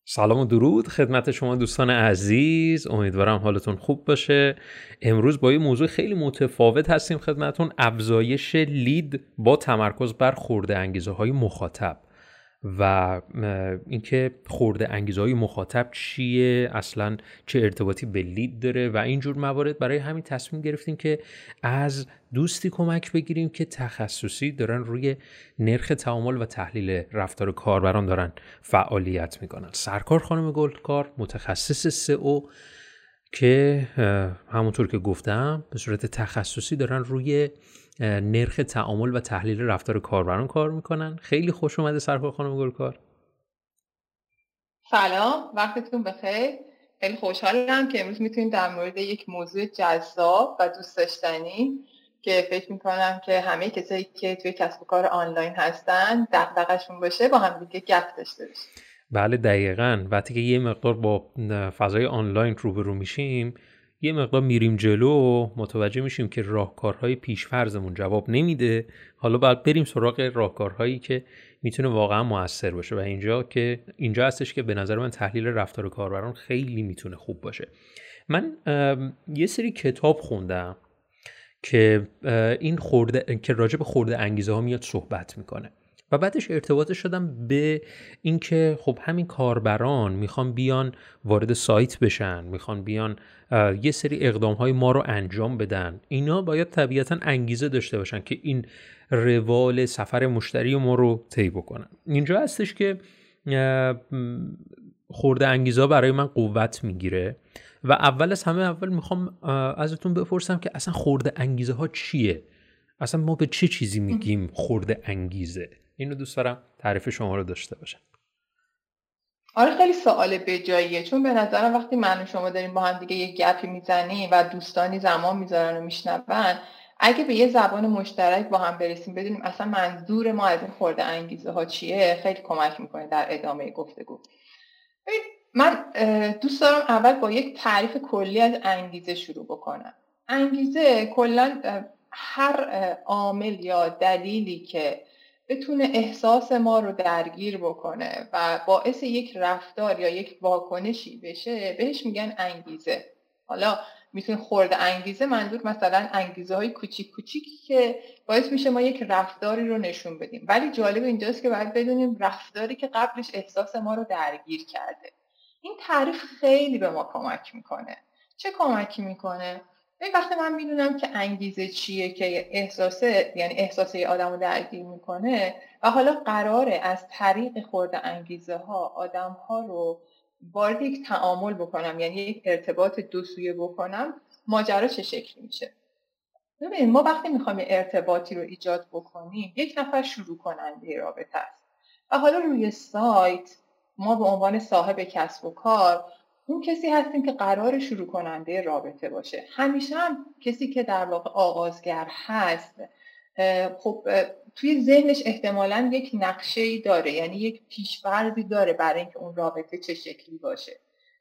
سلام و درود خدمت شما دوستان عزیز، امیدوارم حالتون خوب باشه. امروز با یه موضوع خیلی متفاوت هستیم خدمتون، افزایش لید با تمرکز بر خورده انگیزه های مخاطب و اینکه خورده انگیزه های مخاطب چیه، اصلا چه ارتباطی به لید داره و اینجور موارد. برای همین تصمیم گرفتیم که از دوستی کمک بگیریم که تخصصی دارن روی نرخ تعامل و تحلیل رفتار کاربران دارن فعالیت میکنن. سرکار خانم گلدکار، متخصص سئو که همونطور که گفتم به صورت تخصصی دارن روی نرخ تعامل و تحلیل رفتار کاربران کار میکنن. خیلی خوش اومده سرکار خانم گلدکار. سلام، وقتتون بخیر. خیلی خوشحالم که امروز میتونیم در مورد یک موضوع جذاب و دوست داشتنی که فکر میکنم که همه کسایی که توی کسب و کار آنلاین هستن دغدغه‌شون باشه با هم دیگه گپ داشته باشیم. بله دقیقاً. وقتی که یه مقدار با فضای آنلاین روبرو میشیم، یه مقدار میریم جلو، متوجه میشیم که راهکارهای پیش‌فرضمون جواب نمیده. حالا باید بریم سراغ راهکارهایی که میتونه واقعا موثر باشه و اینجا هستش که به نظر من تحلیل رفتار کاربران خیلی میتونه خوب باشه. من یه سری کتاب خوندم که که راجع به خورده انگیزه ها میاد صحبت میکنه و بعدش ارتباط شدم به اینکه خب همین کاربران میخوان بیان وارد سایت بشن، میخوان بیان یه سری اقدام های ما رو انجام بدن. اینا باید طبیعتا انگیزه داشته باشن که این روال سفر مشتری ما رو طی بکنن. اینجا هستش که خورده انگیزه برای من قوت میگیره و اول میخوام ازتون بپرسم که اصلا خورده انگیزه ها چیه؟ اصلا ما به چه چیزی میگیم خورده انگیزه؟ اینو دوست دارم تعریف شما رو داشته باشم. آره، خیلی سوال بجاییه، چون به نظرم وقتی من و شما داریم با هم دیگه یه گپی میزنیم و دوستانی زمان میذارن و میشنون، اگه به یه زبان مشترک با هم برسیم، بدونیم اصلا منظور ما از این خورده انگیزه ها چیه، خیلی کمک میکنه در ادامه گفتگو. من دوست دارم اول با یک تعریف کلی از انگیزه شروع بکنم. انگیزه کلاً هر عامل یا دلیلی که بتونه احساس ما رو درگیر بکنه و باعث یک رفتار یا یک واکنشی بشه، بهش میگن انگیزه. حالا میتونه خورده انگیزه، منظور مثلا انگیزه های کوچیک کوچیکی که باعث میشه ما یک رفتاری رو نشون بدیم، ولی جالب اینجاست که باید بدونیم رفتاری که قبلش احساس ما رو درگیر کرده. این تعریف خیلی به ما کمک میکنه. چه کمکی میکنه؟ وقتی من میدونم که انگیزه چیه که احساسه یه آدم رو درگیر میکنه و حالا قراره از طریق خورده انگیزه ها آدم ها رو وارد یک تعامل بکنم، یعنی یک ارتباط دو سویه بکنم، ماجرا چه شکلی میشه؟ ببینید، ما وقتی میخوایم ارتباطی رو ایجاد بکنیم، یک نفر شروع کننده رابطه است و حالا روی سایت ما به عنوان صاحب کسب و کار اون کسی هستیم که قرار شروع کننده رابطه باشه. همیشه هم کسی که در واقع آغازگر هست، خب توی ذهنش احتمالاً یک نقشه‌ای داره، یعنی یک پیش‌فرضی داره برای اینکه اون رابطه چه شکلی باشه.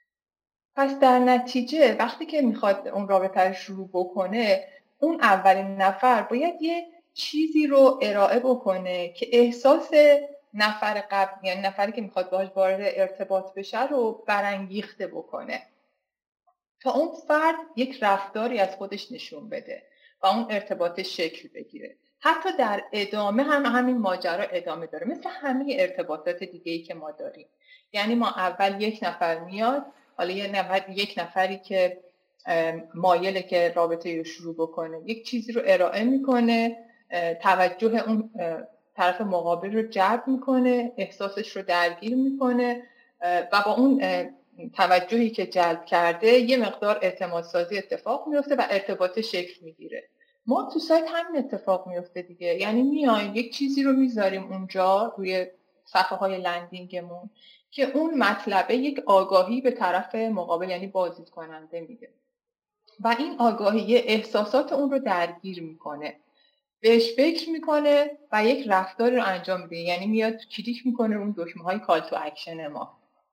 پس در نتیجه وقتی که میخواد اون رابطه رو شروع بکنه، اون اولین نفر باید یه چیزی رو ارائه بکنه که احساس نفر قبل، یعنی نفری که میخواد باهاش وارد ارتباط بشه، رو برانگیخته بکنه تا اون فرد یک رفتاری از خودش نشون بده و اون ارتباط شکل بگیره. حتی در ادامه هم همین ماجرا ادامه داره، مثل همه ارتباطات دیگه‌ای که ما داریم. یعنی ما اول یک نفر میاد، حالا یک نفری که مایله که رابطه رو شروع بکنه، یک چیزی رو ارائه میکنه، توجه اون طرف مقابل رو جلب میکنه، احساسش رو درگیر میکنه و با اون توجهی که جلب کرده یه مقدار اعتماد سازی اتفاق میفته و ارتباط شکل میگیره. ما تو سایت همین اتفاق میفته دیگه، یعنی میایم یک چیزی رو میذاریم اونجا روی صفحه های لندینگمون که اون مطلبه یک آگاهی به طرف مقابل، یعنی بازدید کننده میده و این آگاهی احساسات اون رو درگیر میکنه، بهش فکر میکنه و یک رفتاری رو انجام میده، یعنی میاد کلیک میکنه اون دکمه های کال تو اکشن ما.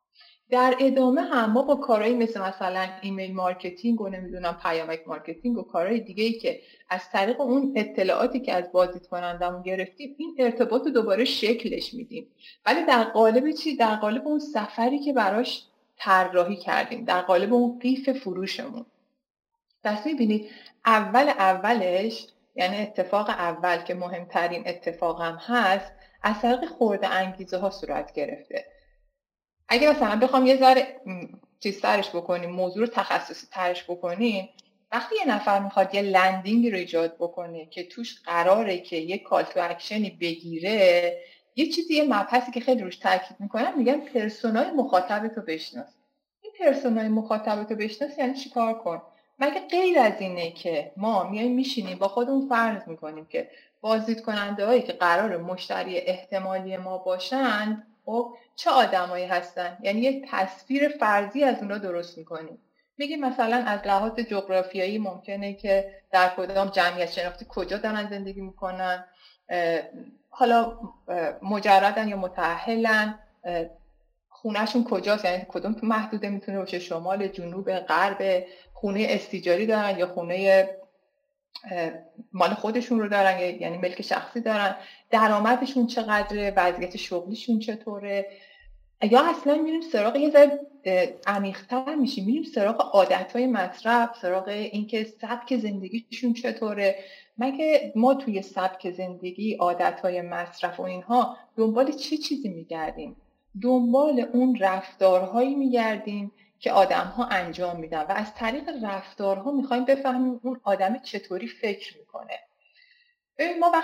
در ادامه هم ما با کارهایی مثلا ایمیل مارکتینگ و نمیدونم پیامک مارکتینگ و کارهای دیگه‌ای که از طریق اون اطلاعاتی که از بازدید کنندمون گرفتیم این ارتباط رو دوباره شکلش میدیم، ولی در قالب چی؟ در قالب اون سفری که براش طراحی کردیم، در قالب اون قیف فروشمون. پس میبینید اولش، یعنی اتفاق اول که مهمترین اتفاق هم هست، از طریق خورده انگیزه ها صورت گرفته. اگه مثلا بخوام یه ذره چیز ترش بکنیم، موضوع رو تخصصی ترش بکنیم، وقتی یه نفر میخواد یه لندینگ رو ایجاد بکنه که توش قراره که یه کال تو اکشنی بگیره، یه چیزی، یه مبحثی که خیلی روش تاکید میکنن، میگن پرسونای مخاطبتو بشناس. این پرسونای مخاطبتو بشناس یعنی چیکار کن؟ مگه غیر از اینه که ما میایم میشینیم با خودمون فرض میکنیم که بازدید کننده هایی که قرار مشتری احتمالی ما باشن خب چه آدمایی هستن؟ یعنی یه تصویر فرضی از اونا درست میکنیم. میگیم مثلا از لحاظ جغرافیایی ممکنه که در کدام جمعیت شناختی کجا دارن زندگی میکنن، حالا مجردن یا متأهلن، خونهشون کجاست، یعنی کدوم تو محدوده میتونه باشه، شمال، جنوب، غرب، خونه استیجاری دارن یا خونه مال خودشون رو دارن، یعنی ملک شخصی دارن، درآمدشون چقدره، وضعیت شغلیشون چطوره، یا اصلا میریم سراغ یه ذره عمیق‌تر میشیم، میریم سراغ عادتهای مصرف، سراغ اینکه سبک زندگیشون چطوره. مگه ما توی سبک زندگی، عادتهای مصرف و اینها دنبال چه چیزی میگردیم؟ دنبال اون رفتارهایی میگردیم که آدم‌ها انجام میدن و از طریق رفتارها میخوایم بفهمیم اون آدم چطوری فکر میکنه. ببین ما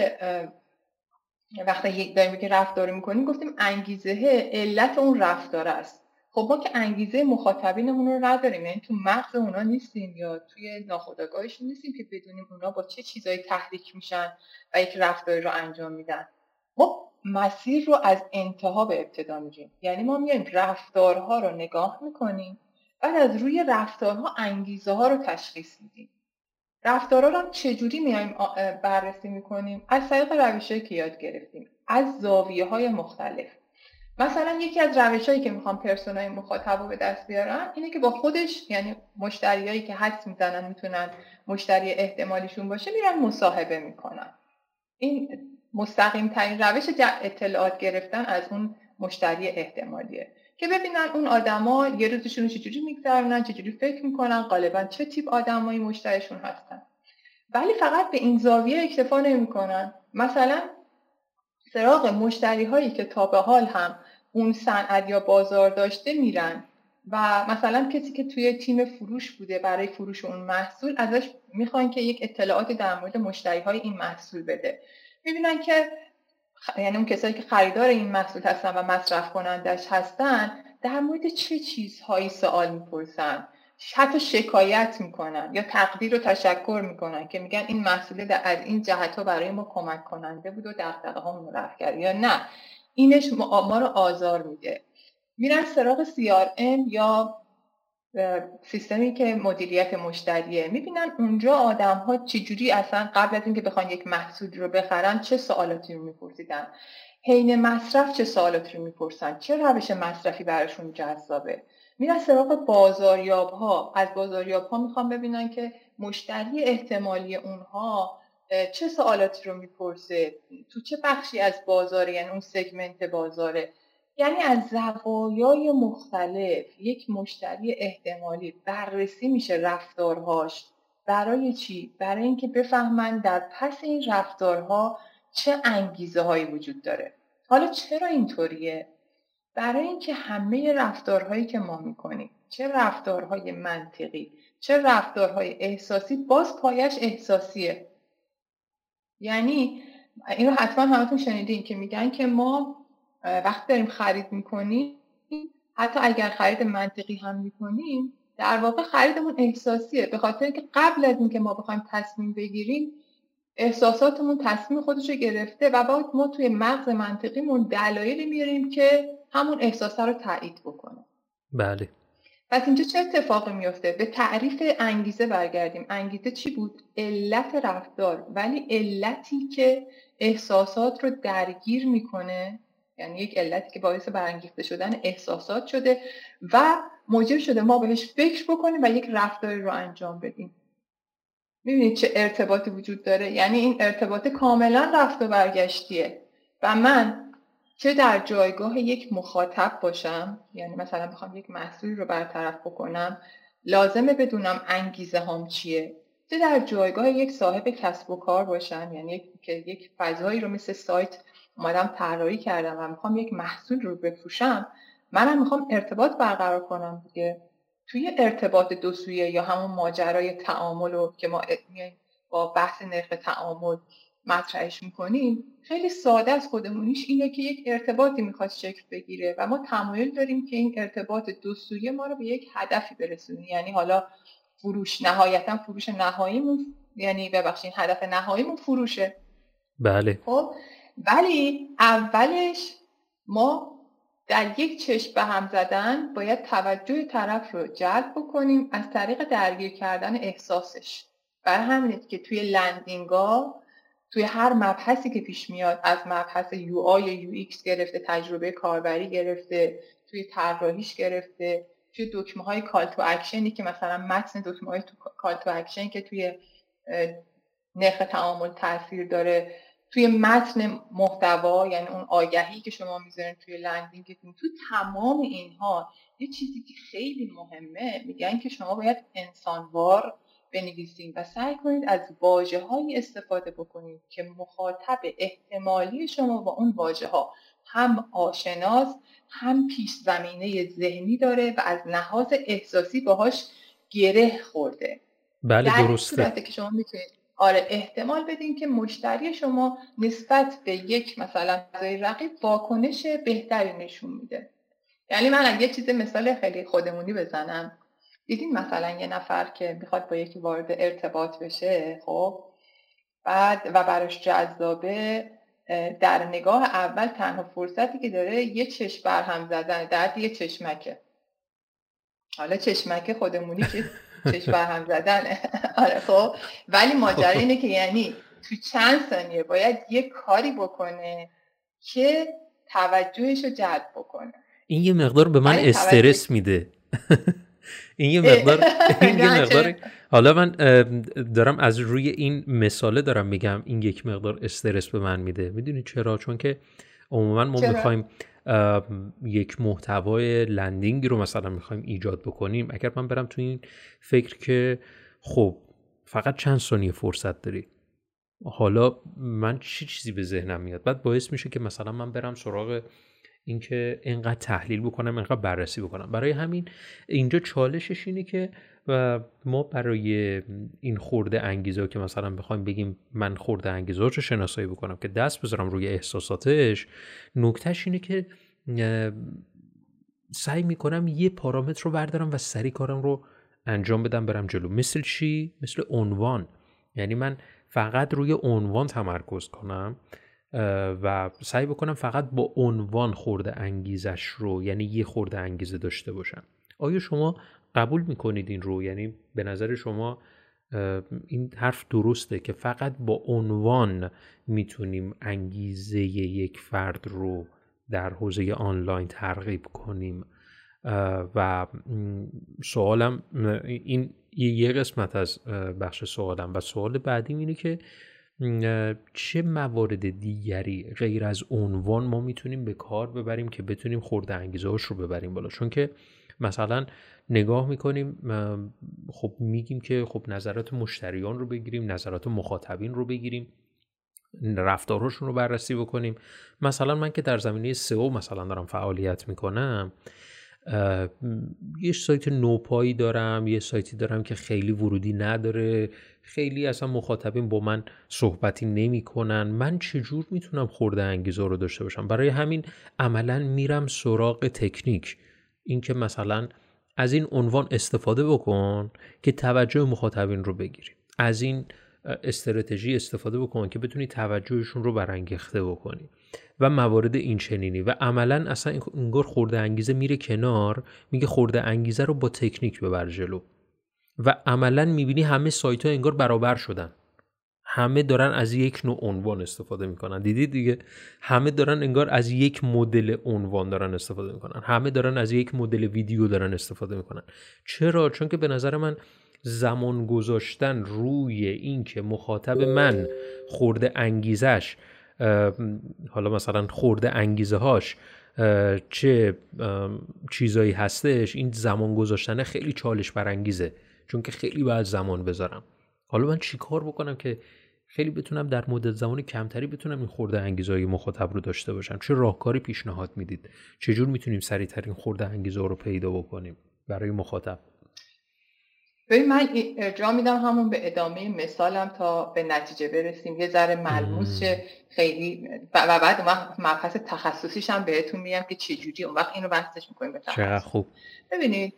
وقتی داریم که رفتار میکنیم گفتیم انگیزه علت اون رفتار است. خب ما که انگیزه مخاطبینمون رو نداریم، یعنی تو مغز اونا نیستیم یا توی ناخودآگاهشون نیستیم که بدونیم اونا با چه چیزایی تحریک میشن و یک رفتاری رو انجام میدن. ما مسیر رو از انتها به ابتدا میریم، یعنی ما میایم رفتارها رو نگاه میکنیم، بعد از روی رفتارها انگیزه ها رو تشخیص میدیم. رفتارها رو چجوری میایم بررسی میکنیم؟ از طریق روشایی که یاد گرفتیم، از زاویه‌های مختلف. مثلا یکی از روشایی که میخوام پرسونای مخاطب رو به دست بیارن اینه که با خودش، یعنی مشتریایی که حدس میزنن میتونن مشتری احتمالیشون باشه، میرن مصاحبه میکنن. این مستقیم ترین روش اطلاعات گرفتن از اون مشتری احتمالیه که ببینن اون آدما یه روزشون رو چجوری میگذرونن، چجوری فکر میکنن، غالبا چه تیپ آدمایی مشتریشون هستن. ولی فقط به این زاویه اکتفا نمیکنن. مثلا سراغ مشتری هایی که تا به حال هم اون صنعت یا بازار داشته میرن و مثلا کسی که توی تیم فروش بوده برای فروش اون محصول، ازش میخوان که یک اطلاعاتی در مورد مشتری های این محصول بده. میبینن که یعنی اون کسایی که خریدار این محصول هستن و مصرف کنندش هستن در مورد چه چیزهایی سوال میپرسن، حتی شکایت میکنن یا تقدیر و تشکر میکنن که میگن این محصول از این جهت‌ها برای ما کمک کننده بود و دغدغه‌هامون رو رفع کرد، یا نه اینش ما رو آزار میده. میرن سراغ CRM یا سیستمی که مدیریت مشتریه، میبینن اونجا آدم‌ها چجوری اصلا قبل از اینکه بخوان یک محصول رو بخرن چه سوالاتی رو میپرسیدن، حین مصرف چه سوالاتی رو میپرسن، چه روش مصرفی براشون جذابه. میرن سراغ بازاریاب‌ها، از بازاریاب‌ها میخوان ببینن که مشتری احتمالی اونها چه سوالاتی رو میپرسه، تو چه بخشی از بازاره، یعنی اون سگمنت بازاره. یعنی از زوایای مختلف یک مشتری احتمالی بررسی میشه رفتارهاش. برای چی؟ برای اینکه بفهمن در پس این رفتارها چه انگیزه هایی وجود داره. حالا چرا اینطوریه؟ برای اینکه همه رفتارهایی که ما میکنیم، چه رفتارهای منطقی، چه رفتارهای احساسی، باز پایش احساسیه. یعنی اینو حتما همتون شنیدین که میگن که ما وقتی داریم خرید میکنیم، حتی اگر خرید منطقی هم میکنیم، در واقع خریدمون احساسیه، به خاطر اینکه قبل از اینکه ما بخوایم تصمیم بگیریم احساساتمون تصمیم خودش رو گرفته و بعد ما توی مغز منطقیمون دلایلی میاریم که همون احساسه رو تایید بکنه. بله. پس اینجا چه اتفاقی میفته؟ به تعریف انگیزه برگردیم. انگیزه چی بود؟ علت رفتار، ولی علتی که احساسات رو درگیر میکنه یعنی یک علتی که باعث برانگیخته شدن احساسات شده و موجب شده ما بهش فکر بکنیم و یک رفتاری رو انجام بدیم. می‌بینید چه ارتباطی وجود داره؟ یعنی این ارتباط کاملا رفت و برگشتیه و من چه در جایگاه یک مخاطب باشم، یعنی مثلا میخوام یک محصولی رو برطرف بکنم، لازمه بدونم انگیزه هام چیه، چه در جایگاه یک صاحب کسب و کار باشم، یعنی یک فضایی رو مثل سایت اومدم طراحی کردم و میخوام یک محصول رو بفروشم، منم میخوام ارتباط برقرار کنم دیگه. توی ارتباط دو سویه یا همون ماجرای تعامل رو که ما با بحث نرخ تعامل مطرحش میکنیم، خیلی ساده از خودمونیش اینه که یک ارتباطی میخواد شکل بگیره و ما تمایل داریم که این ارتباط دو سویه ما رو به یک هدفی برسونه. یعنی حالا نهایتا فروش نهاییمون، یعنی ببخشید هدف نهاییمون فروشه. بله. خب ولی اولش ما در یک چشم به هم زدن باید توجه طرف رو جلب بکنیم از طریق درگیر کردن احساسش. برای همینه که توی لندینگ‌ها، توی هر مبحثی که پیش میاد، از مبحث UI یا UX گرفته، تجربه کاربری گرفته، توی طراحیش گرفته، توی دکمه‌های کال تو اکشنی که مثلا متن دکمه‌های کال تو اکشن که توی نرخ تعامل تاثیر داره، توی متن محتوا یعنی اون آگهی که شما میذارین توی لندینگتون، تو تمام اینها یه چیزی که خیلی مهمه، میگن که شما باید انسانوار بنویسین و سعی کنید از واژه‌هایی استفاده بکنید که مخاطب احتمالی شما با اون واژه‌ها هم آشناست، هم پیش زمینه ذهنی داره و از لحاظ احساسی باهاش گره خورده. بله درسته. در صورتی که شما میتونید احتمال بدین که مشتری شما نسبت به یک مثلا فضای رقیب واکنش بهتری نشون میده. یعنی من اگه یه چیز مثال خیلی خودمونی بزنم، دیدین مثلا یه نفر که میخواد با یکی وارد ارتباط بشه، خب بعد و براش جذابه، در نگاه اول تنها فرصتی که داره یه چشم برهم زدن، در یه چشمکه. حالا چشمکه خودمونی که چشم برهم زدنه. آره خب، ولی ماجرا اینه که یعنی تو چند ثانیه باید یه کاری بکنه که توجهش رو جلب بکنه. این یه مقدار به من استرس میده. این یه مقدار حالا من دارم از روی این مثاله دارم میگم این یک مقدار استرس به من میده. میدونی چرا؟ چون که عموما ما میخوایم یک محتوای لندینگی رو مثلا میخوایم ایجاد بکنیم. اگر من برم تو این فکر که خب فقط چند ثانیه فرصت داری، حالا من چه چیزی به ذهنم میاد، بعد باعث میشه که مثلا من برم سراغ اینکه اینقدر تحلیل بکنم، اینقدر بررسی بکنم. برای همین اینجا چالشش اینه که ما برای این خورده انگیزه که مثلا بخوایم بگیم من خورده انگیزه رو شناسایی بکنم که دست بذارم روی احساساتش، نکتهش اینه که سعی میکنم یه پارامتر رو بردارم و سریع کارم رو انجام بدم برم جلو. مثل چی؟ مثل عنوان. یعنی من فقط روی عنوان تمرکز کنم و سعی بکنم فقط با عنوان خورده انگیزش رو، یعنی یه خورده انگیزه داشته باشم. آیا شما قبول میکنید این رو؟ یعنی به نظر شما این حرف درسته که فقط با عنوان میتونیم انگیزه یک فرد رو در حوزه آنلاین ترغیب کنیم؟ و سوالم این یه قسمت از بخش سوالم، و سوال بعدیم اینه که چه موارد دیگری غیر از عنوان ما میتونیم به کار ببریم که بتونیم خورده انگیزه هاش رو ببریم بالا؟ چون که مثلا نگاه میکنیم، خب میگیم که خب نظرات مشتریان رو بگیریم، نظرات مخاطبین رو بگیریم، رفتارهاشون رو بررسی بکنیم. مثلا من که در زمینه سئو مثلا دارم فعالیت میکنم، یه سایت نوپایی دارم، یه سایتی دارم که خیلی ورودی نداره، خیلی اصلا مخاطبین با من صحبتی نمی کنن. من چجور میتونم خورده انگیزه رو داشته باشم؟ برای همین عملا میرم سراغ تکنیک، این که مثلا از این عنوان استفاده بکن که توجه مخاطبین رو بگیری، از این استراتژی استفاده بکن که بتونی توجهشون رو برانگیخته بکنی و موارد این چنینی. و عملا اصلا انگار خورده انگیزه میره کنار، میگه خورده انگیزه رو با تکنیک ببر جلو. و عملا میبینی همه سایت ها انگار برابر شدن، همه دارن از یک نوع عنوان استفاده میکنن. دیدید دیگه، همه دارن انگار از یک مدل عنوان دارن استفاده میکنن، همه دارن از یک مدل ویدیو دارن استفاده میکنن. چرا؟ چون که به نظر من زمان گذاشتن روی این که مخاطب من خورده انگیزش، حالا مثلا خورده انگیزه هاش چه چیزایی هستش، این زمان گذاشتن خیلی چالش برانگیزه، چون که خیلی باید زمان بذارم. حالا من چی کار بکنم که خیلی بتونم در مدت زمان کمتری بتونم این خورده انگیزهای مخاطب رو داشته باشم؟ چه راهکاری پیشنهاد میدید؟ چجور میتونیم سریعترین خورده انگیزه رو پیدا بکنیم برای مخاطب؟ ببین من ارجاع میدم همون به ادامه مثالم تا به نتیجه برسیم، یه ذره ملموس شه خیلی و بعد مبحث تخصصیش هم بهتون میگم که چجوری اون وقت اینو بحثش میکنیم به تخصص. چقدر خوب. ببینید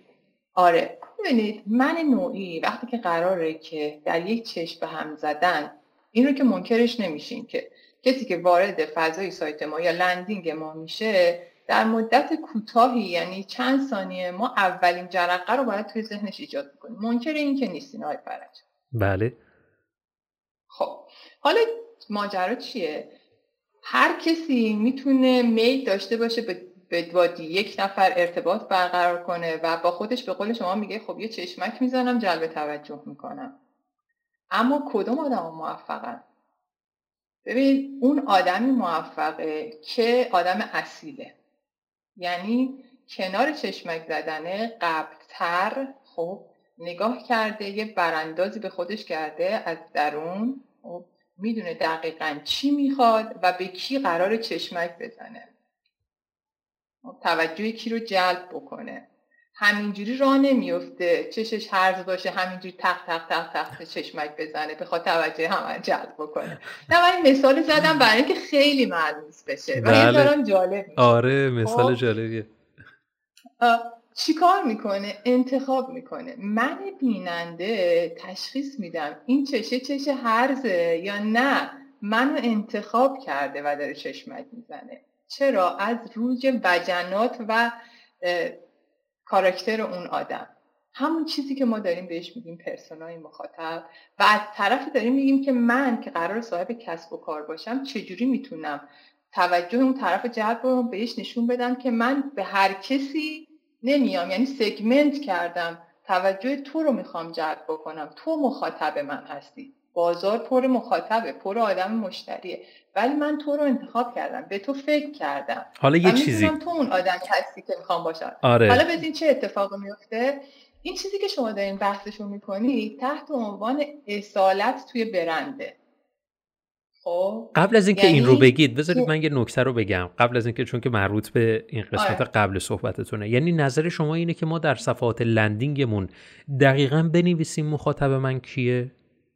من نوعی وقتی که قراره که در یک چشم به هم زدن، این رو که منکرش نمیشین که کسی که وارد فضای سایت ما یا لندینگ ما میشه در مدت کوتاهی، یعنی چند ثانیه، ما اولین جرقه رو باید توی ذهنش ایجاد کنیم. منکر این که نیستین آقای فرج. بله. خب حالا ماجرا چیه؟ هر کسی میتونه میل داشته باشه با یک نفر ارتباط برقرار کنه و با خودش به قول شما میگه خب یه چشمک میزنم جلب توجه میکنم. اما کدوم آدم موفقن؟ ببین اون آدمی موفقه که آدم اصیله، یعنی کنار چشمک زدنه قبلتر خب نگاه کرده، یه براندازی به خودش کرده از درون، خب میدونه دقیقاً چی میخواد و به کی قرار چشمک بزنه، توجه کی رو جلب بکنه. همینجوری راه نمیفته چشش هرز باشه همینجوری تق تق تق تق چشمک بزنه بخواد توجه همه جلب بکنه. نه من این مثال زدم برای اینکه خیلی ملموس بشه و یه ذره جالب میشه. آره مثال جالبیه. چی کار میکنه؟ انتخاب میکنه. من بیننده تشخیص میدم این چش هرزه یا نه منو انتخاب کرده و داره چشمک میزنه. چرا؟ از روی وجنات و کاراکتر اون آدم، همون چیزی که ما داریم بهش میگیم پرسونای مخاطب، و از طرفی داریم میگیم که من که قرار صاحب کسب و کار باشم چجوری میتونم توجه اون طرف جلب رو بهش نشون بدم که من به هر کسی نمیام، یعنی سگمنت کردم، توجه تو رو میخوام جلب بکنم، تو مخاطب من هستی، بازار پر مخاطبه، پر آدم مشتریه، ولی من تو رو انتخاب کردم، به تو فکر کردم، حالا یه چیزی تو اون آدم هستی که میخوام باشم. آره. حالا ببین چه اتفاقی میفته. این چیزی که شما دارین بحثشو میکنی تحت عنوان اصالت توی برنده. خب قبل از اینکه این رو بگید بذارید من یه نکته رو بگم قبل از اینکه، چون که مربوط به این قسمت قبل صحبتتونه. یعنی نظر شما اینه که ما در صفحات لندینگمون دقیقاً بنویسیم مخاطب من کیه؟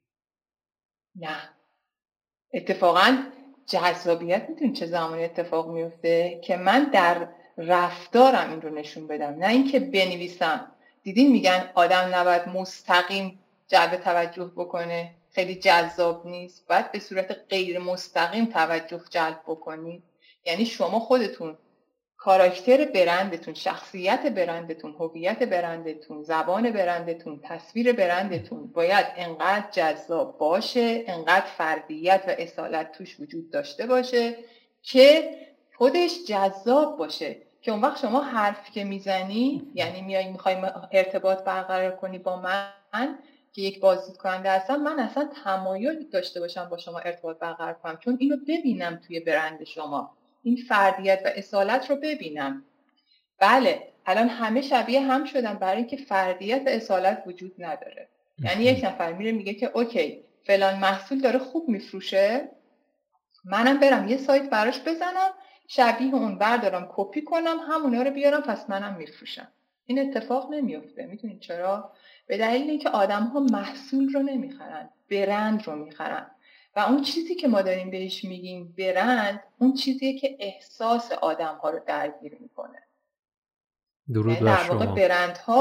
نه، اتفاقاً جذابیت میتونه چه زمانی اتفاق میفته که من در رفتارم این رو نشون بدم، نه اینکه بنویسم. دیدین میگن آدم نباید مستقیم جلب توجه بکنه، خیلی جذاب نیست، باید به صورت غیر مستقیم توجه جلب بکنید. یعنی شما خودتون، کاراکتر برندتون، شخصیت برندتون، هویت برندتون، زبان برندتون، تصویر برندتون باید انقدر جذاب باشه، انقدر فردیت و اصالت توش وجود داشته باشه که خودش جذاب باشه، که اون وقت شما حرف که میزنی، یعنی میخوای ارتباط برقرار کنی با من که یک بازدید کننده هستم، من اصلا تمایل داشته باشم با شما ارتباط برقرار کنم، چون اینو ببینم توی برند شما، این فردیت و اصالت رو ببینم. بله الان همه شبیه هم شدن برای اینکه فردیت و اصالت وجود نداره. یعنی یک نفر میره میگه که اوکی فلان محصول داره خوب میفروشه، منم برم یه سایت براش بزنم شبیه اون بردارم کپی کنم همونا رو بیارم پس منم میفروشم. این اتفاق نمیفته. میدونید چرا؟ به دلیل اینکه آدم‌ها محصول رو نمیخرن، برند رو میخرن. و اون چیزی که ما داریم بهش میگیم برند، اون چیزیه که احساس آدم‌ها رو درگیر میکنه. درود بر شما. در واقع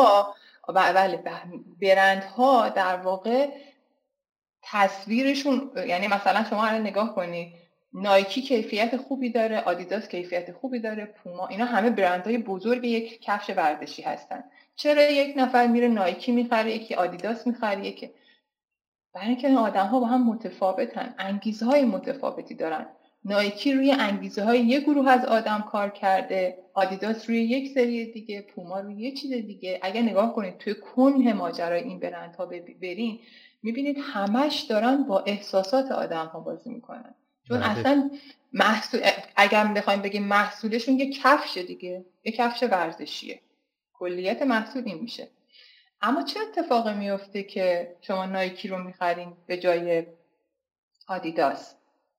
برندها در واقع تصویرشون، یعنی مثلا شما الان نگاه کنید نایکی کیفیت خوبی داره، آدیداس کیفیت خوبی داره، پوما، اینا همه برندهای بزرگ یک کفش ورزشی هستن. چرا یک نفر میره نایکی میخره، یکی آدیداس میخره، یکی برای اینکه آدم‌ها با هم متفاوتن، انگیزه‌های متفاوتی دارن. نایکی روی انگیزه‌های یک گروه از آدم کار کرده، آدیداس روی یک سری دیگه، پوما روی یک چیز دیگه. اگه نگاه کنید توی کنه ماجرای این برندها برین، میبینید همش دارن با احساسات آدم‌ها بازی میکنن. چون اصلا محصول، اگر بخوایم بگیم محصولشون یه کفش دیگه، یه کفش ورزشیه. کلیت محصول این میشه. اما چه اتفاقی میفته که شما نایکی رو میخرین به جای آدیداس؟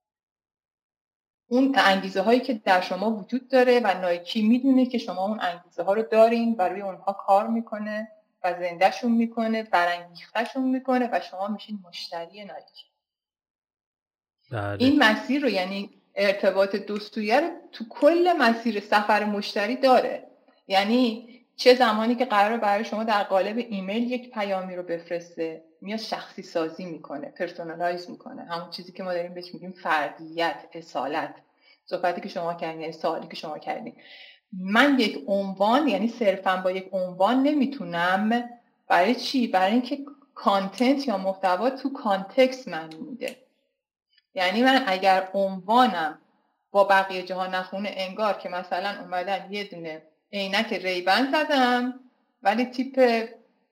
اون انگیزه هایی که در شما وجود داره و نایکی میدونه که شما اون انگیزه ها رو دارین و روی اونها کار میکنه و زندهشون میکنه، برانگیختشون میکنه و شما میشین مشتری نایکی. بله. این مسیر رو، یعنی ارتباط دوستویه رو تو کل مسیر سفر مشتری داره. یعنی چه زمانی که قراره برای شما در قالب ایمیل یک پیامی رو بفرسته، میاد شخصی سازی میکنه، پرسونالایز میکنه، همون چیزی که ما داریم بهش میگیم فردیت، اصالت. صحبتی که شما کردین، سوالی که شما کردین، من یک عنوان، یعنی صرفا با یک عنوان نمیتونم. برای چی؟ برای اینکه کانتنت یا محتوا تو کانتکست معنی میده. یعنی من اگر عنوانم با بقیه جاها نخونه، انگار که مثلا اومدن یه دونه عینک ریبن زدم ولی تیپ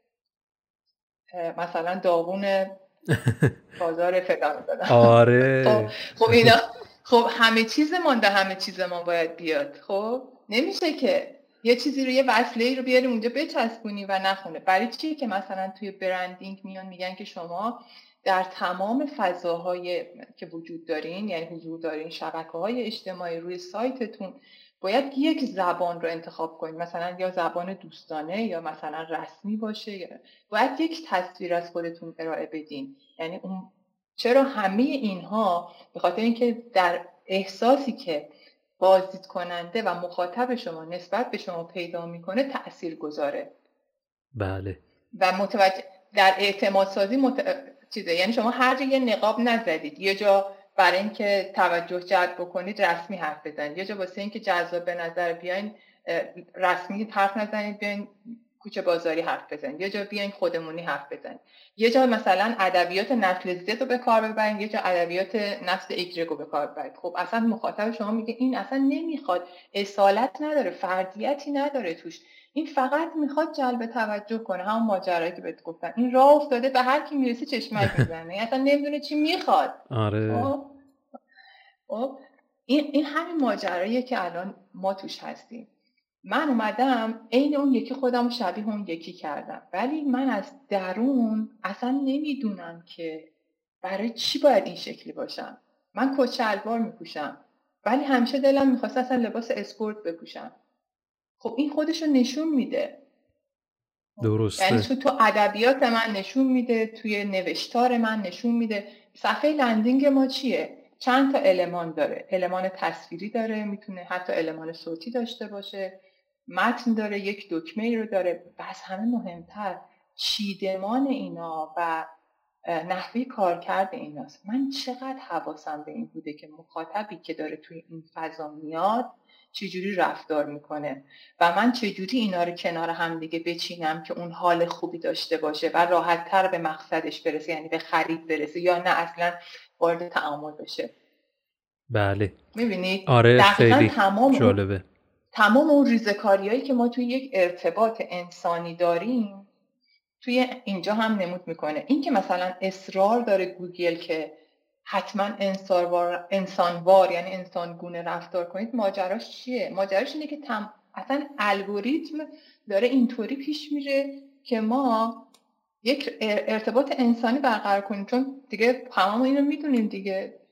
مثلا داغون بازار فلان زدم. آره. خب اینا، خب همه چیزمان به همه چیزمان باید بیاد. خب نمیشه که یه چیزی رو، یه وصله‌ای رو بیاریم اونجا بچسبونی و نخونه. برای چی که مثلا توی برندینگ میان میگن که شما در تمام فضاهای که وجود دارین، یعنی حضور دارین، شبکه‌های اجتماعی، روی سایتتون، باید یک زبان رو انتخاب کنید. مثلا یا زبان دوستانه یا مثلا رسمی باشه، یا باید یک تصویر از خودتون ارائه بدین. یعنی اون، چرا همه اینها؟ به خاطر اینکه در احساسی که بازدید کننده و مخاطب شما نسبت به شما پیدا میکنه تأثیر گذاره. بله. و متوجه در اعتماد سازی چیزه. یعنی شما هر جا یه نقاب نزدید، یه جا برای اینکه توجه جلب بکنید رسمی حرف بزنید، یه جا واسه اینکه جذاب به نظر بیاین رسمی حرف نزنید، بیاین کوچه بازاری حرف بزنید، یه جا بیاین خودمونی حرف بزنید، یه جا مثلا ادبیات نسل زد رو به کار ببرید، یه جا ادبیات نسل ایگرگ رو به کار ببرید. خب اصلا مخاطب شما میگه این اصلا نمیخواد، اصالت نداره، فردیتی نداره توش، این فقط میخواد جلب توجه کنه. همون ماجرایی که بهت گفتم، این راه افتاده به هر کی میرسه چشمک میزنه، اصلا نمیدونه چی میخواد. آره. این همین ماجراییه که الان ما توش هستیم. من اومدم عین اون یکی خودم رو شبیه اون یکی کردم، ولی من از درون اصلا نمیدونم که برای چی باید این شکلی باشم. من کت شلوار میپوشم ولی همیشه دلم میخواست اصلا لباس اسپورت بپوشم. خب این خودشو نشون میده. درسته. یعنی تو ادبیات من نشون میده، توی نوشتار من نشون میده. صفحه لندینگ ما چیه؟ چند تا المان داره. المان تصویری داره، میتونه حتی المان صوتی داشته باشه، متن داره، یک دکمه رو داره. بس همه مهمتر چیدمان اینا و نحوه کارکرد ایناست. من چقدر حواسم به این بوده که مخاطبی که داره توی این فضا میاد چجوری رفتار میکنه و من چجوری اینا رو کنار هم دیگه بچینم که اون حال خوبی داشته باشه و راحت تر به مقصدش برسه، یعنی به خرید برسه، یا نه اصلا وارد تعامل بشه. بله. میبینید؟ آره خیلی جالبه. تمام اون ریزکاریایی که ما توی یک ارتباط انسانی داریم توی اینجا هم نمود میکنه. این که مثلا اصرار داره گوگل که حتما انسانوار یعنی انسانگونه رفتار کنید، ماجراش چیه؟ ماجراش اینه که اصلا الگوریتم داره اینطوری پیش میره که ما یک ارتباط انسانی برقرار کنیم. چون دیگه تمام اینو میدونیم دیگه،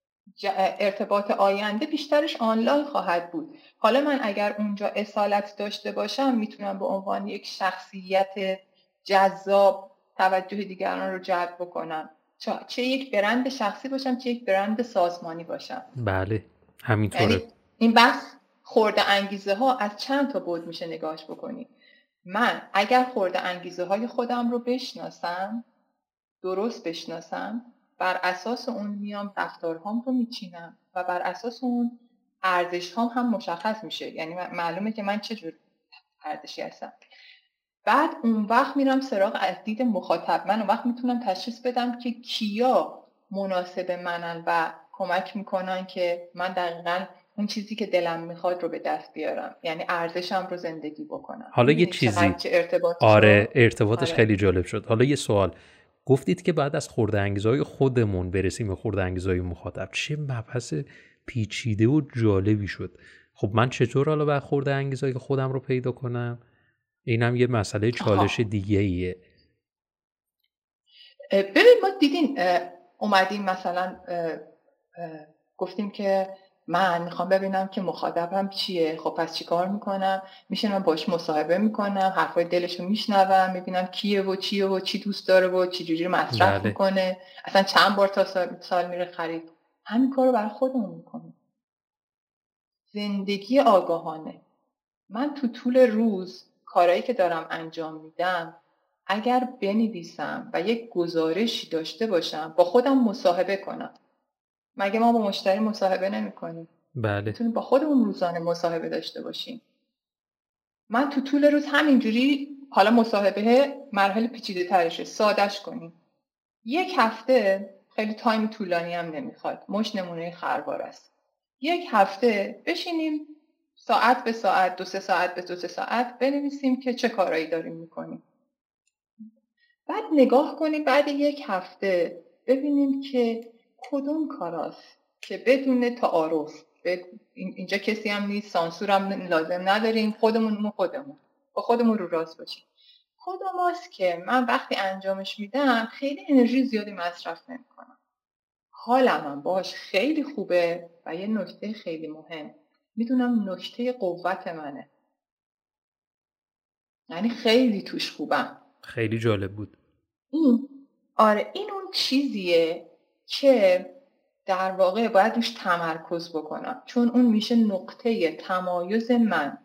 ارتباط آینده بیشترش آنلاین خواهد بود. حالا من اگر اونجا اصالت داشته باشم میتونم به عنوان یک شخصیت جذاب توجه دیگران رو جلب بکنم، چه یک برند شخصی باشم چه یک برند سازمانی باشم. بله همینطوره. یعنی این بحث خورده انگیزه ها از چند تا بود میشه نگاهش بکنی. من اگر خورده انگیزه های خودم رو بشناسم، درست بشناسم، بر اساس اون میام رفتارهام رو میچینم و بر اساس اون ارزشهام هم مشخص میشه. یعنی معلومه که من چه جور ارزشی هستم. بعد اون وقت میرم سراغ از دید مخاطب. من اون وقت میتونم تشخیص بدم که کیا مناسب منن و کمک میکنن که من دقیقاً اون چیزی که دلم میخواد رو به دست بیارم، یعنی ارزشم رو زندگی بکنم. حالا یه چیزی ارتباطش خیلی جالب شد. حالا یه سوال، گفتید که بعد از خورده انگیزهای خودمون برسیم به خورده انگیزهای مخاطب. چه مبحث پیچیده و جالبی شد. خب من چطور حالا بعد خورده انگیزهای خودم رو پیدا کنم؟ اینم یه مسئله چالش دیگه ایه. ببین ما دیدین اومدیم مثلا گفتیم که من میخوام ببینم که مخاطبم چیه. خب پس چیکار میکنم؟ میشینم باش مصاحبه میکنم، حرفای دلشو میشنوم، میبینم کیه و چیه و چی دوست داره و چی جوری مصرف میکنه، اصلا چند بار تا سال میره خرید. همین کارو برای خودمون میکنم. زندگی آگاهانه. من تو طول روز کارهایی که دارم انجام میدم اگر بنویسم و یک گزارشی داشته باشم، با خودم مصاحبه کنم. مگه ما با مشتری مصاحبه نمی‌کنیم؟ بله. میتونیم با خودمون روزانه مصاحبه داشته باشیم. من تو طول روز همینجوری، حالا مصاحبه مراحل پیچیده ترشه، سادهش کنیم. یک هفته، خیلی تایم طولانی هم نمیخواد، مش نمونه خروار است. یک هفته بشینیم ساعت به ساعت، 2-3 ساعت به 2-3 ساعت بنویسیم که چه کارایی داریم میکنیم. بعد نگاه کنیم بعد یک هفته ببینیم که کدوم کاراست که بدون تعارف، اینجا کسی هم نیست، سانسور هم لازم نداریم، خودمون با خودمون رو راست باشیم. کدوماست که من وقتی انجامش میدم خیلی انرژی زیادی مصرف نمیکنم، حالم هم باهاش خیلی خوبه و یه نکته خیلی مهم، میدونم نکته قوت منه، یعنی خیلی توش خوبم. خیلی جالب بود. این اون چیزیه که در واقع باید روش تمرکز بکنم، چون اون میشه نقطه تمایز من.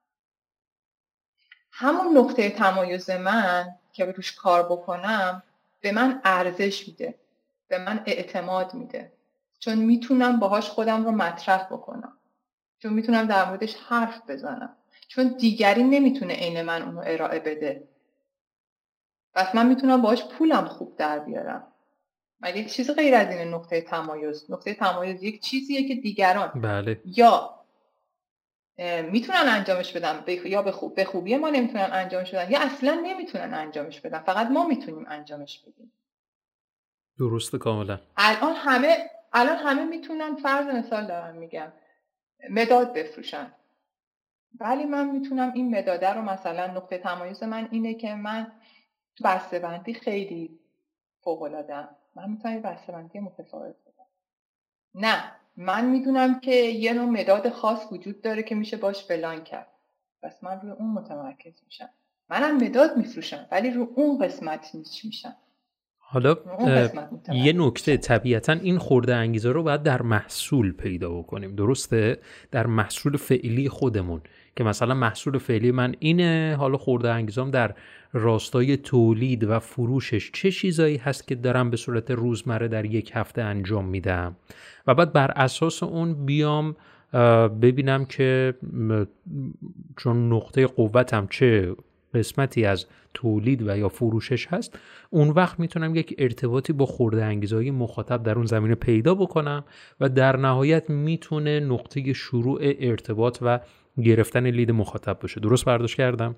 همون نقطه تمایز من که روش کار بکنم به من ارزش میده، به من اعتماد میده، چون میتونم باهاش خودم رو مطرح بکنم، چون میتونم در موردش حرف بزنم، چون دیگری نمیتونه عین من اونو ارائه بده. پس من میتونم باهاش پولم خوب در بیارم. مگه چیز غیر از این نقطه تمایز؟ نقطه تمایز یک چیزیه که دیگران یا میتونن انجامش بدن یا به خوبی ما نمیتونن انجامش بدن، یا اصلا نمیتونن انجامش بدن، فقط ما میتونیم انجامش بدیم. درسته کاملا. الان همه میتونن، فرض مثال دارم میگم، مداد بفروشن، ولی من میتونم این مداده رو مثلا نقطه تمایز من اینه که من تو بسته‌بندی خیلی فوق‌العاده‌ام، من میتونم بسته‌بندی متفاوت بدم. نه، من میدونم که یه نوع مداد خاص وجود داره که میشه باش فلان کرد، پس من روی اون متمرکز میشم. منم مداد میفروشم ولی رو اون قسمت نیچ میشم. حالا یه نکته، طبیعتا این خورده انگیزه رو باید در محصول پیدا بکنیم، درسته؟ در محصول فعلی خودمون، که مثلا محصول فعلی من اینه، حالا خورده انگیزام در راستای تولید و فروشش چه چیزایی هست که دارم به صورت روزمره در یک هفته انجام میدم و بعد بر اساس اون بیام ببینم که چون نقطه قوتم چه قسمتی از تولید و یا فروشش هست، اون وقت میتونم یک ارتباطی با خورده انگیزهای مخاطب در اون زمینه پیدا بکنم و در نهایت میتونه نقطه شروع ارتباط و گرفتن لید مخاطب باشه. درست برداشت کردم؟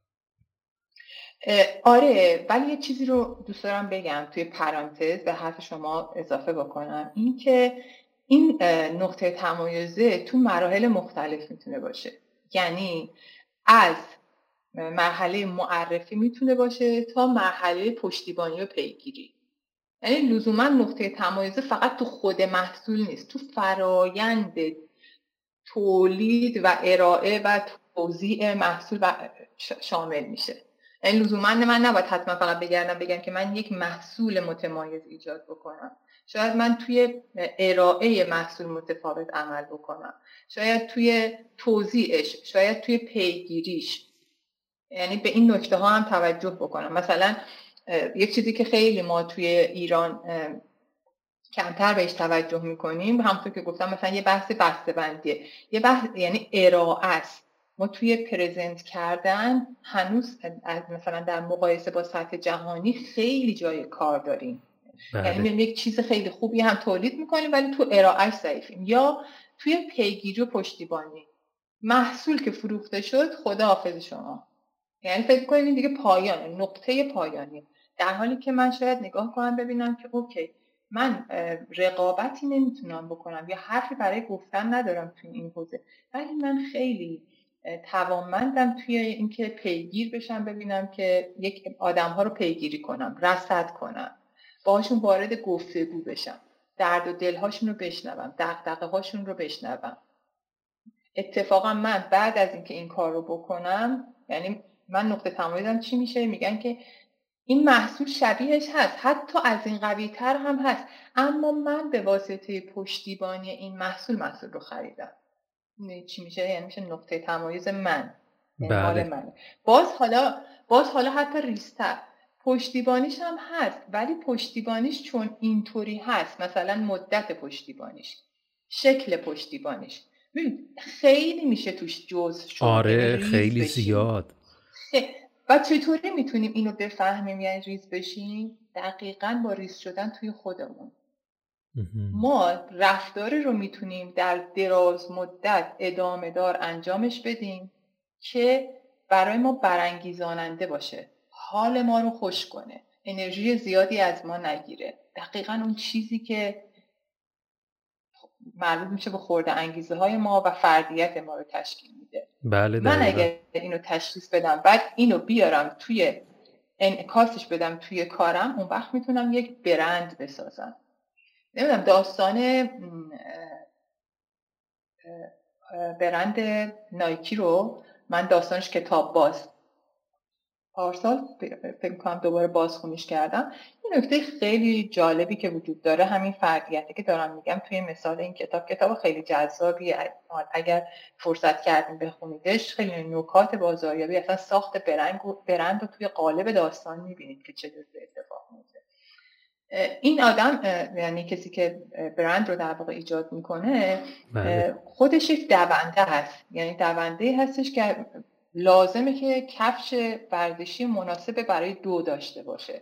آره، ولی یه چیزی رو دوست دارم بگم توی پرانتز به حرف شما اضافه بکنم، این که این نقطه تمایزه تو مراحل مختلف میتونه باشه. یعنی از مرحله معرفی میتونه باشه تا مرحله پشتیبانی و پیگیری. یعنی لزوما نقطه تمایزه فقط تو خود محصول نیست، تو فرایند تولید و ارائه و توزیع محصول شامل میشه. یعنی لزوما من نباید حتما فقط بگم که من یک محصول متمایز ایجاد بکنم. شاید من توی ارائه محصول متفاوت عمل بکنم، شاید توی توزیعش، شاید توی پیگیریش. یعنی به این نکته ها هم توجه بکنم. مثلا یک چیزی که خیلی ما توی ایران کمتر بهش توجه میکنیم، همونطور که گفتم، مثلا یه بحث بسته‌بندیه، یه بحث یعنی ارائه است. ما توی پرزنت کردن هنوز مثلا در مقایسه با سطح جهانی خیلی جای کار داریم. یعنی بله. یک چیز خیلی خوبی هم تولید میکنیم ولی تو ارائهش ضعیفیم. یا توی پیگیری و پشتیبانی، محصول که فروخته شد خداحافظ شما، یعنی فکر کنید این دیگه پایانه، نقطه پایانی، در حالی که من شاید نگاه کنم ببینم که اوکی من رقابتی نمیتونم بکنم یا حرفی برای گفتن ندارم توی این حوزه، ولی من خیلی توانمندم توی اینکه پیگیر بشم، ببینم که یک آدم‌ها رو پیگیری کنم، رصد کنم، باهاشون وارد گفتگو بشم، درد و دلهاشون رو بشنوم، دغدغه هاشون رو بشنوم. اتفاقا من بعد از اینکه این کار رو بکنم، یعنی من نقطه تمایزم چی میشه؟ میگن که این محصول شبیهش هست، حتی از این قوی تر هم هست، اما من به واسطه پشتیبانی این محصول رو خریدم. چی میشه؟ یعنی میشه نقطه تمایز من، یعنی مال منه. باز حالا حتی ریستر پشتیبانیش هم هست، ولی پشتیبانیش چون اینطوری هست، مثلا مدت پشتیبانیش، شکل پشتیبانیش، خیلی میشه توش جزء شد. آره خیلی زیاد. و چطوری میتونیم اینو بفهمیم یعنی ریز بشیم؟ دقیقاً با ریز شدن توی خودمون. ما رفتاری رو میتونیم در دراز مدت ادامه دار انجامش بدیم که برای ما برانگیزاننده باشه، حال ما رو خوش کنه، انرژی زیادی از ما نگیره. دقیقاً اون چیزی که مربوط میشه به خورده انگیزه های ما و فردیت ما رو تشکیل میده. بله من اگر اینو تشخیص بدم بعد اینو بیارم توی انعکاسش بدم توی کارم، اون وقت میتونم یک برند بسازم. نمیدونم داستان برند نایکی رو من داستانش کتاب باز پارسال فکر کنم دوباره بازخونیش کردم. این نکته خیلی جالبی که وجود داره همین فردیته که دارم میگم توی مثال این کتاب خیلی جذابی، اگر فرصت کردین بخونیدش خیلی نکات بازاریابی، اصلا ساخت برند رو توی قالب داستان میبینید که چه اتفاق میفته. این آدم یعنی کسی که برند رو در واقع ایجاد میکنه خودش یک دونده هست، یعنی دونده هستش که لازمه که کفش ورزشی مناسب برای دو داشته باشه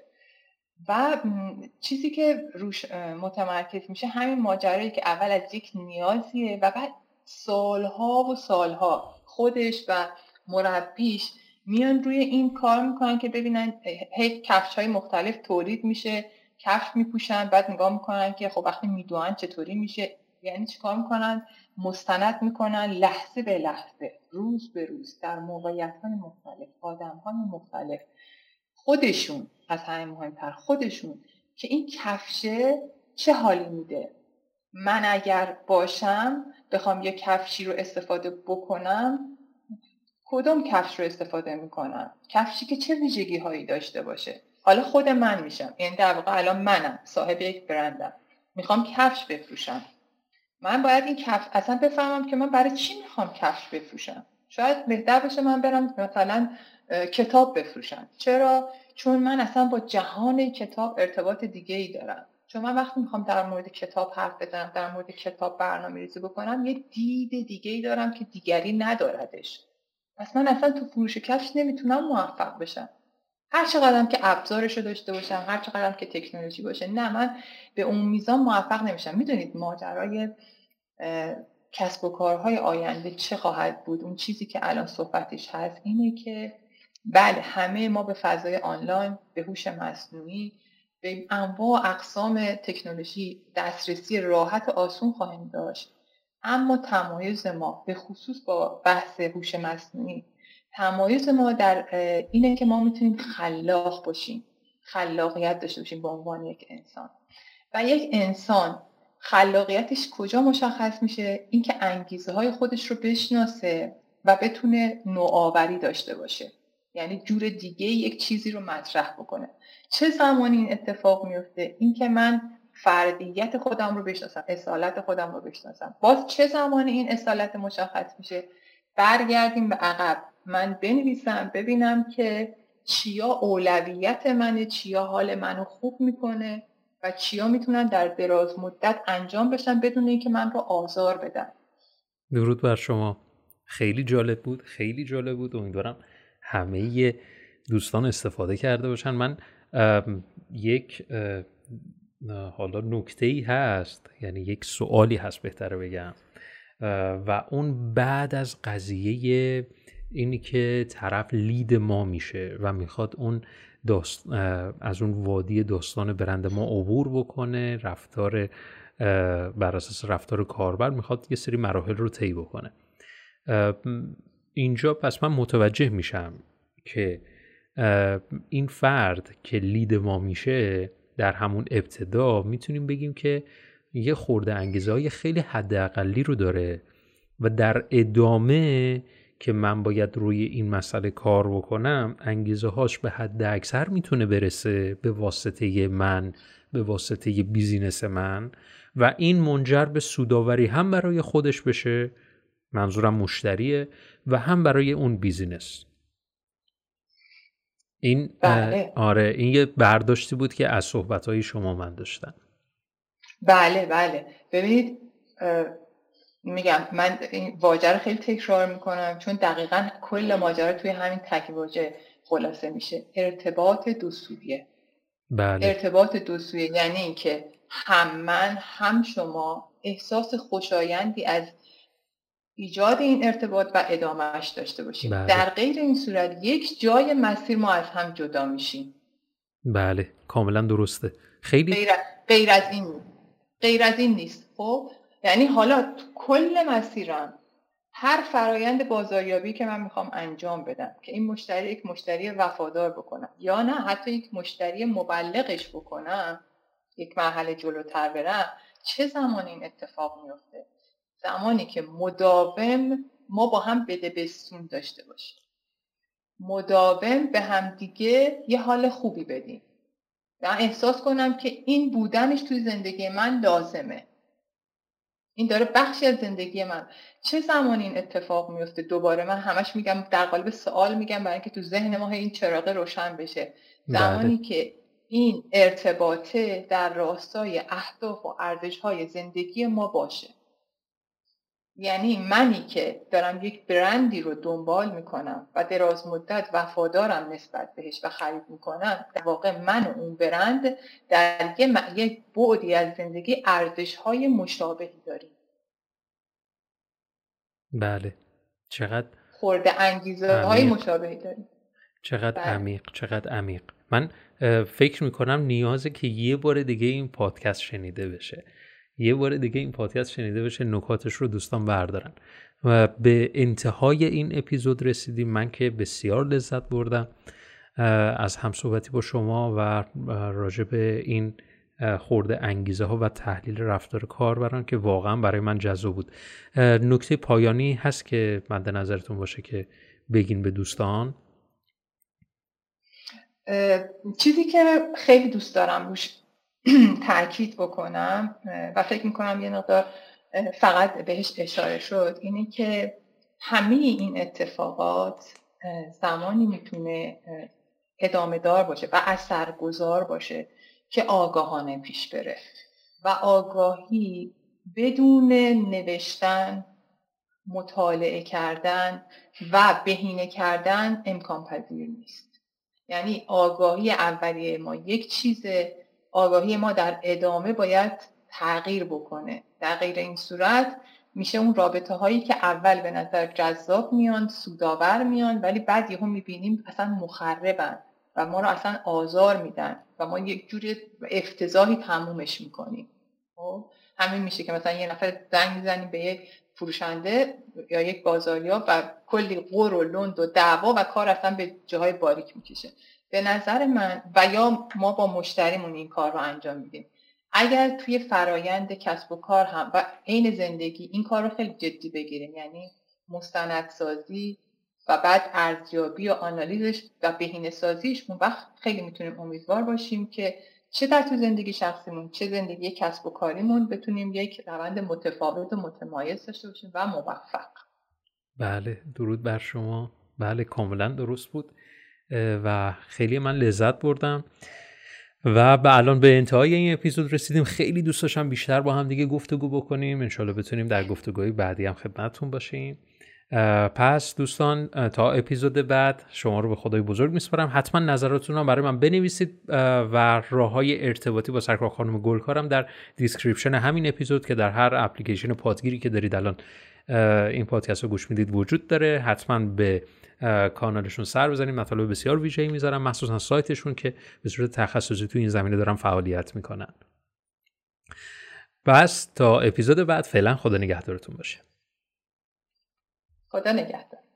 و چیزی که روش متمرکز میشه همین ماجرایی که اول از یک نیازیه و بعد سالها و سالها خودش و مربیش میان روی این کار میکنن که ببینن هی کفش‌های مختلف تولید میشه، کفش میپوشن، بعد نگاه میکنن که خب وقتی میدوئن چطوری میشه، یعنی چیکار میکنن؟ مستند میکنن لحظه به لحظه، روز به روز، در موقعیت‌های مختلف، آدم‌های مختلف، خودشون از همه مهمتر خودشون که این کفشه چه حالی میده. من اگر باشم بخوام یه کفشی رو استفاده بکنم، کدوم کفش رو استفاده میکنم؟ کفشی که چه ویژگی هایی داشته باشه. حالا خود من میشم، یعنی در واقع الان منم صاحب یک برندم، میخوام کفش بفروشم. من باید این کفش اصلا بفهمم که من برای چی میخوام کفش بفروشم. شاید بهتر بشه من برم مثلا کتاب بفروشم. چرا؟ چون من اصلا با جهان کتاب ارتباط دیگه ای دارم. چون من وقتی میخوام در مورد کتاب حرف بزنم، در مورد کتاب برنامه‌ریزی بکنم، یه دید دیگه ای دارم که دیگری نداردش. پس من اصلا تو فروش کفش نمیتونم موفق بشم. هر چقدرم که ابزارش رو داشته باشم، هر چقدرم که تکنولوژی باشه، نه من به اون میزان موفق نمیشم. میدونید ماجرای کسب و کارهای آینده چه خواهد بود؟ اون چیزی که الان صحبتش هست اینه که بله همه ما به فضای آنلاین، به هوش مصنوعی، به انواع اقسام تکنولوژی دسترسی راحت و آسون خواهیم داشت، اما تمایز ما به خصوص با بحث هوش مصنوعی، تمایز ما در اینه که ما میتونیم خلاق باشیم، خلاقیت داشته باشیم به عنوان یک انسان. و یک انسان خلاقیتش کجا مشخص میشه؟ این که انگیزه های خودش رو بشناسه و بتونه نوآوری داشته باشه، یعنی جور دیگه یک چیزی رو مطرح بکنه. چه زمانی این اتفاق میفته؟ این که من فردیت خودم رو بشناسم، اصالت خودم رو بشناسم. باز چه زمانی این اصالت مشخص میشه؟ برگردیم به عقب، من بنویسم ببینم که چیا اولویت منه، چیا حال منو خوب میکنه و چیا میتونن در دراز مدت انجام بشن بدون اینکه من رو آزار بدن. درود بر شما. خیلی جالب بود، خیلی جالب بود. امیدوارم همه دوستان استفاده کرده باشن. من یک حالا نکته‌ای هست، یعنی یک سوالی هست بهتره بگم، و اون بعد از قضیه اینی که طرف لید ما میشه و میخواد اون از اون وادی داستان برند ما عبور بکنه، رفتار بر اساس رفتار کاربر میخواد یه سری مراحل رو طی بکنه. اینجا پس من متوجه میشم که این فرد که لید ما میشه در همون ابتدا میتونیم بگیم که یه خورده انگیزه‌های خیلی حداقلی رو داره و در ادامه که من باید روی این مسئله کار بکنم انگیزه‌هاش به حد اکثر میتونه برسه به واسطه من، به واسطه بیزینس من، و این منجر به سودآوری هم برای خودش بشه، منظورم مشتریه، و هم برای اون بیزینس. این بله. آره، این یه برداشتی بود که از صحبت‌های شما من داشتم. بله ببینید، میگم من این واژه رو خیلی تکرار میکنم چون دقیقاً کل ماجرا توی همین تک واژه خلاصه میشه. ارتباط دوسویه. بله. ارتباط دوسویه یعنی این که هم من هم شما احساس خوشایندی از ایجاد این ارتباط و ادامهش داشته باشیم. بله. در غیر این صورت یک جای مسیر ما از هم جدا میشیم. بله، کاملا درسته. خیلی غیر از این نیست. خب یعنی حالا کل مسیرم، هر فرایند بازاریابی که من میخوام انجام بدم که این مشتری یک مشتری وفادار بکنم یا نه حتی یک مشتری مبلغش بکنم، یک مرحله جلوتر برم، چه زمان این اتفاق میفته؟ زمانی که مداوم ما با هم بده بستون داشته باشیم، مداوم به هم دیگه یه حال خوبی بدیم، من احساس کنم که این بودنش توی زندگی من لازمه، این داره بخشی از زندگی من. چه زمانی این اتفاق میفته؟ دوباره من همش میگم در قالب سوال میگم برای اینکه تو ذهن ما این چراغ روشن بشه. زمانی که این ارتباطه در راستای اهداف و ارزش‌های زندگی ما باشه. یعنی منی که دارم یک برندی رو دنبال میکنم و دراز مدت وفادارم نسبت بهش و خرید میکنم، در واقع من و اون برند در یک بعدی از زندگی ارزش‌های مشابهی داریم. بله. چقدر خورده انگیزه‌های مشابهی داریم. چقدر عمیق، چقدر عمیق. من فکر میکنم نیازه که یه بار دیگه این پادکست شنیده بشه. نکاتش رو دوستان بردارن. و به انتهای این اپیزود رسیدیم. من که بسیار لذت بردم از همصحبتی با شما و راجع به این خورده انگیزه ها و تحلیل رفتار کاربران که واقعا برای من جذاب بود. نکته پایانی هست که مد نظرتون باشه که بگین به دوستان؟ چیزی که خیلی دوست دارم روش تاکید بکنم و فکر میکنم یه مقدار فقط بهش اشاره شد، اینه که همه این اتفاقات زمانی میتونه ادامه دار باشه و اثرگذار باشه که آگاهانه پیش بره و آگاهی بدون نوشتن، مطالعه کردن و بهینه کردن امکان پذیر نیست. یعنی آگاهی اولیه ما یک چیزه، آگاهی ما در ادامه باید تغییر بکنه. در غیر این صورت میشه اون رابطه هایی که اول به نظر جذاب میان، سودآور میان، ولی بعد یهو میبینیم اصلا مخربن و ما رو اصلا آزار میدن و ما یک جوری افتضاحی تمومش میکنیم. همین میشه که مثلا یه نفر زنگ میزنیم به یک فروشنده یا یک بازاریاب و کلی غر و لند و دعوا و کار اصلا به جاهای باریک میکشه. به نظر من و یا ما با مشتریمون این کار رو انجام میدیم. اگر توی فرایند کسب و کار هم و عین زندگی این کار رو خیلی جدی بگیریم، یعنی مستندسازی و بعد ارزیابی و آنالیزش و بهینه‌سازیش، اون وقت خیلی میتونیم امیدوار باشیم که چه در تو زندگی شخصیمون چه زندگی کسب و کاریمون بتونیم یک روند متفاوت و متمایز داشته باشیم و موفق. بله، درود بر شما. بله، کاملا درست بود و خیلی من لذت بردم و به الان به انتهای این اپیزود رسیدیم. خیلی دوست داشتم بیشتر با هم دیگه گفتگو بکنیم. انشالله بتونیم در گفتگوهای بعدی هم خدمتتون باشیم. پس دوستان تا اپیزود بعد شما رو به خدای بزرگ میسپارم. حتما نظراتتون رو برای من بنویسید و راههای ارتباطی با سرکار خانم گلکارم در دیسکریپشن همین اپیزود که در هر اپلیکیشن پادگیری که دارید الان این پادکست رو گوش میدید وجود داره. حتما به کانالشون سر بزنید، مطالب بسیار ویژه‌ای میذارم، مخصوصا سایتشون که به صورت تخصصی تو این زمینه دارن فعالیت میکنن. بس تا اپیزود بعد فعلا خدا نگهدارتون باشه. خدا نگهدار.